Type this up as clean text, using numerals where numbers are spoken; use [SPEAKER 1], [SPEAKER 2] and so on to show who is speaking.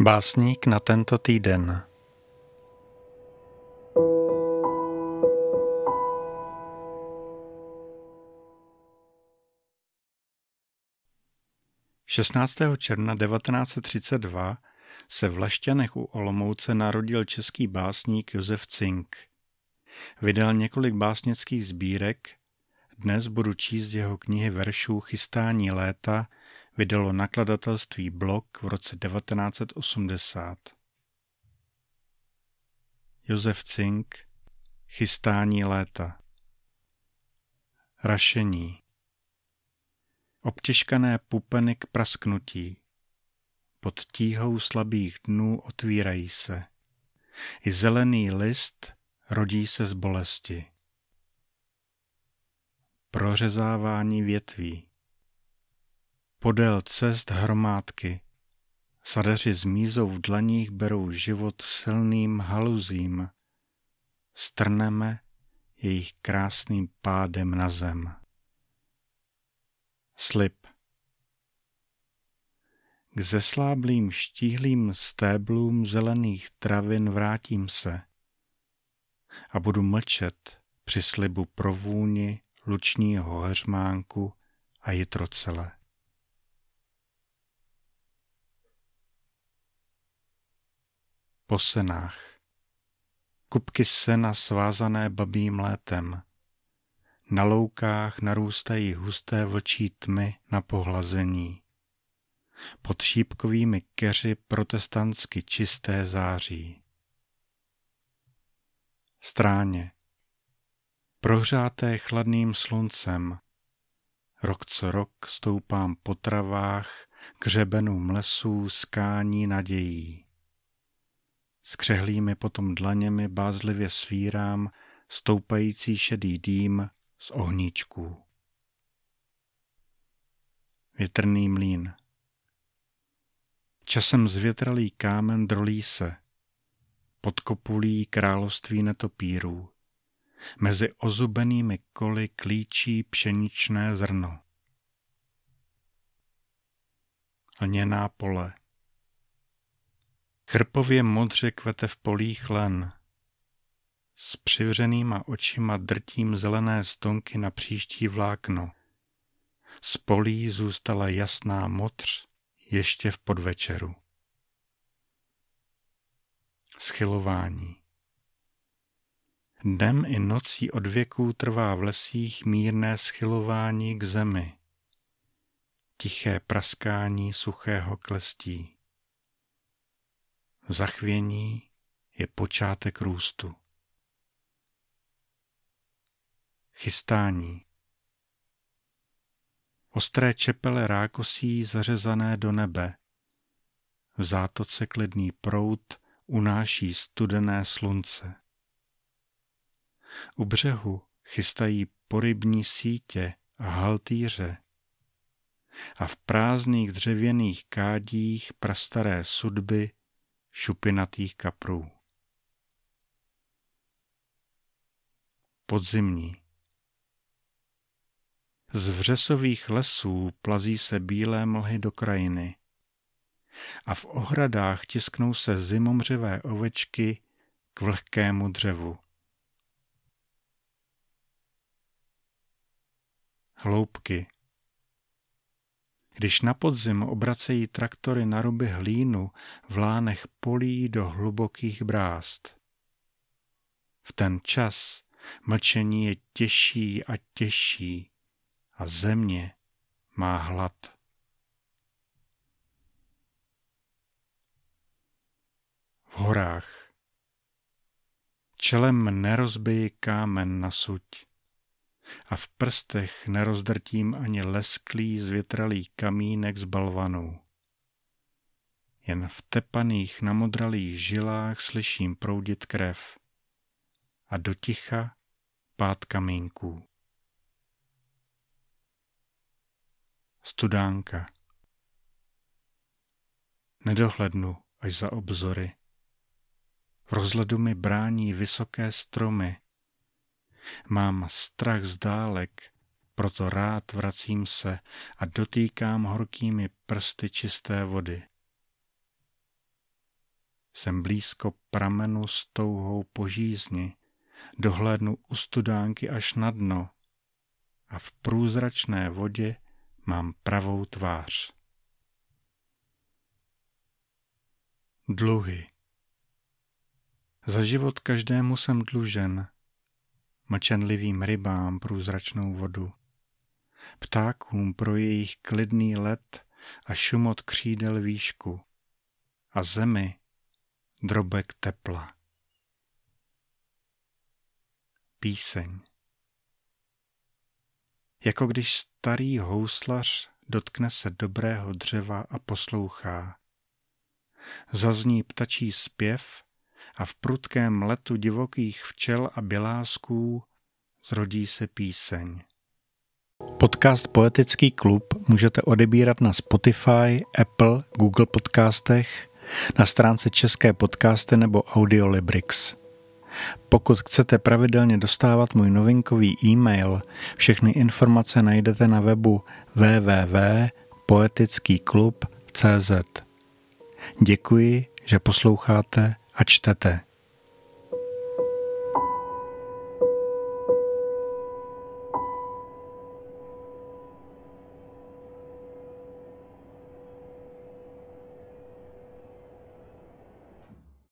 [SPEAKER 1] Básník na tento týden. Šestnáctého června 1932 se v Lašťanech u Olomouce narodil český básník Josef Cink. Vydal několik básnických sbírek, dnes budu číst jeho knihy veršů Chystání léta, vydalo nakladatelství Blok v roce 1980. Josef Cink, Chystání léta. Rašení. Obtěžkané pupeny k prasknutí. Pod tíhou slabých dnů otvírají se. I zelený list rodí se z bolesti. Prořezávání větví. Podél cest hromádky. Sadeři s mízou v dlaních berou život silným haluzím. Strneme jejich krásným pádem na zem. Slib. K zesláblým štíhlým stéblům zelených travin vrátím se a budu mlčet při slibu pro vůni lučního heřmánku a jitrocele. Po senách. Kupky sena svázané babím létem. Na loukách narůstají husté vlčí tmy na pohlazení. Pod šípkovými keři protestantsky čisté září. Stráně. Prohřáté chladným sluncem. Rok co rok stoupám po travách k hřebenům lesů skání nadějí. Skřehlými potom dlaněmi bázlivě svírám stoupající šedý dým z ohníčků. Větrný mlýn. Časem zvětralý kámen drolí se. Pod kopulí království netopírů. Mezi ozubenými koly klíčí pšeničné zrno. Lněná pole. Chrpově modře kvete v polích len. S přivřenýma očima drtím zelené stonky na příští vlákno. Z polí zůstala jasná modř ještě v podvečeru. Schylování. Dnem i nocí od věků trvá v lesích mírné schylování k zemi. Tiché praskání suchého klestí. V zachvění je počátek růstu. Chystání. Ostré čepele rákosí zařezané do nebe. V zátoce klidný proud unáší studené slunce. U břehu chystají porybní sítě a haltýře a v prázdných dřevěných kádích prastaré sudby šupinatých kaprů. Podzimní. Z vřesových lesů plazí se bílé mlhy do krajiny a v ohradách tisknou se zimomřivé ovečky k vlhkému dřevu. Hloubky. Když na podzim obracejí traktory na ruby hlínu v lánech polí do hlubokých brázd. V ten čas mlčení je těžší a těžší a země má hlad. V horách. Čelem nerozbiji kámen na suď a v prstech nerozdrtím ani lesklý zvětralý kamínek z balvanů. Jen v tepaných namodralých žilách slyším proudit krev a do ticha pád kamínků. Studánka. Nedohlednu až za obzory. V rozhledu mi brání vysoké stromy. Mám strach z dálek, proto rád vracím se a dotýkám horkými prsty čisté vody. jsem blízko pramenu s touhou po žízni, dohlédnu u studánky až na dno a v průzračné vodě mám pravou tvář. Dluhy. Za život každému jsem dlužen, mlčenlivým rybám průzračnou vodu, ptákům pro jejich klidný let a šumot křídel výšku a zemi drobek tepla. Píseň. Jako když starý houslař dotkne se dobrého dřeva a poslouchá. Zazní ptačí zpěv a v prudkém letu divokých včel a bělásků zrodí se píseň. Podcast Poetický klub můžete odebírat na Spotify, Apple, Google podcastech, na stránce České podcasty nebo Audiolibrix. Pokud chcete pravidelně dostávat můj novinkový e-mail, všechny informace najdete na webu www.poetickýklub.cz. Děkuji, že posloucháte a čtete.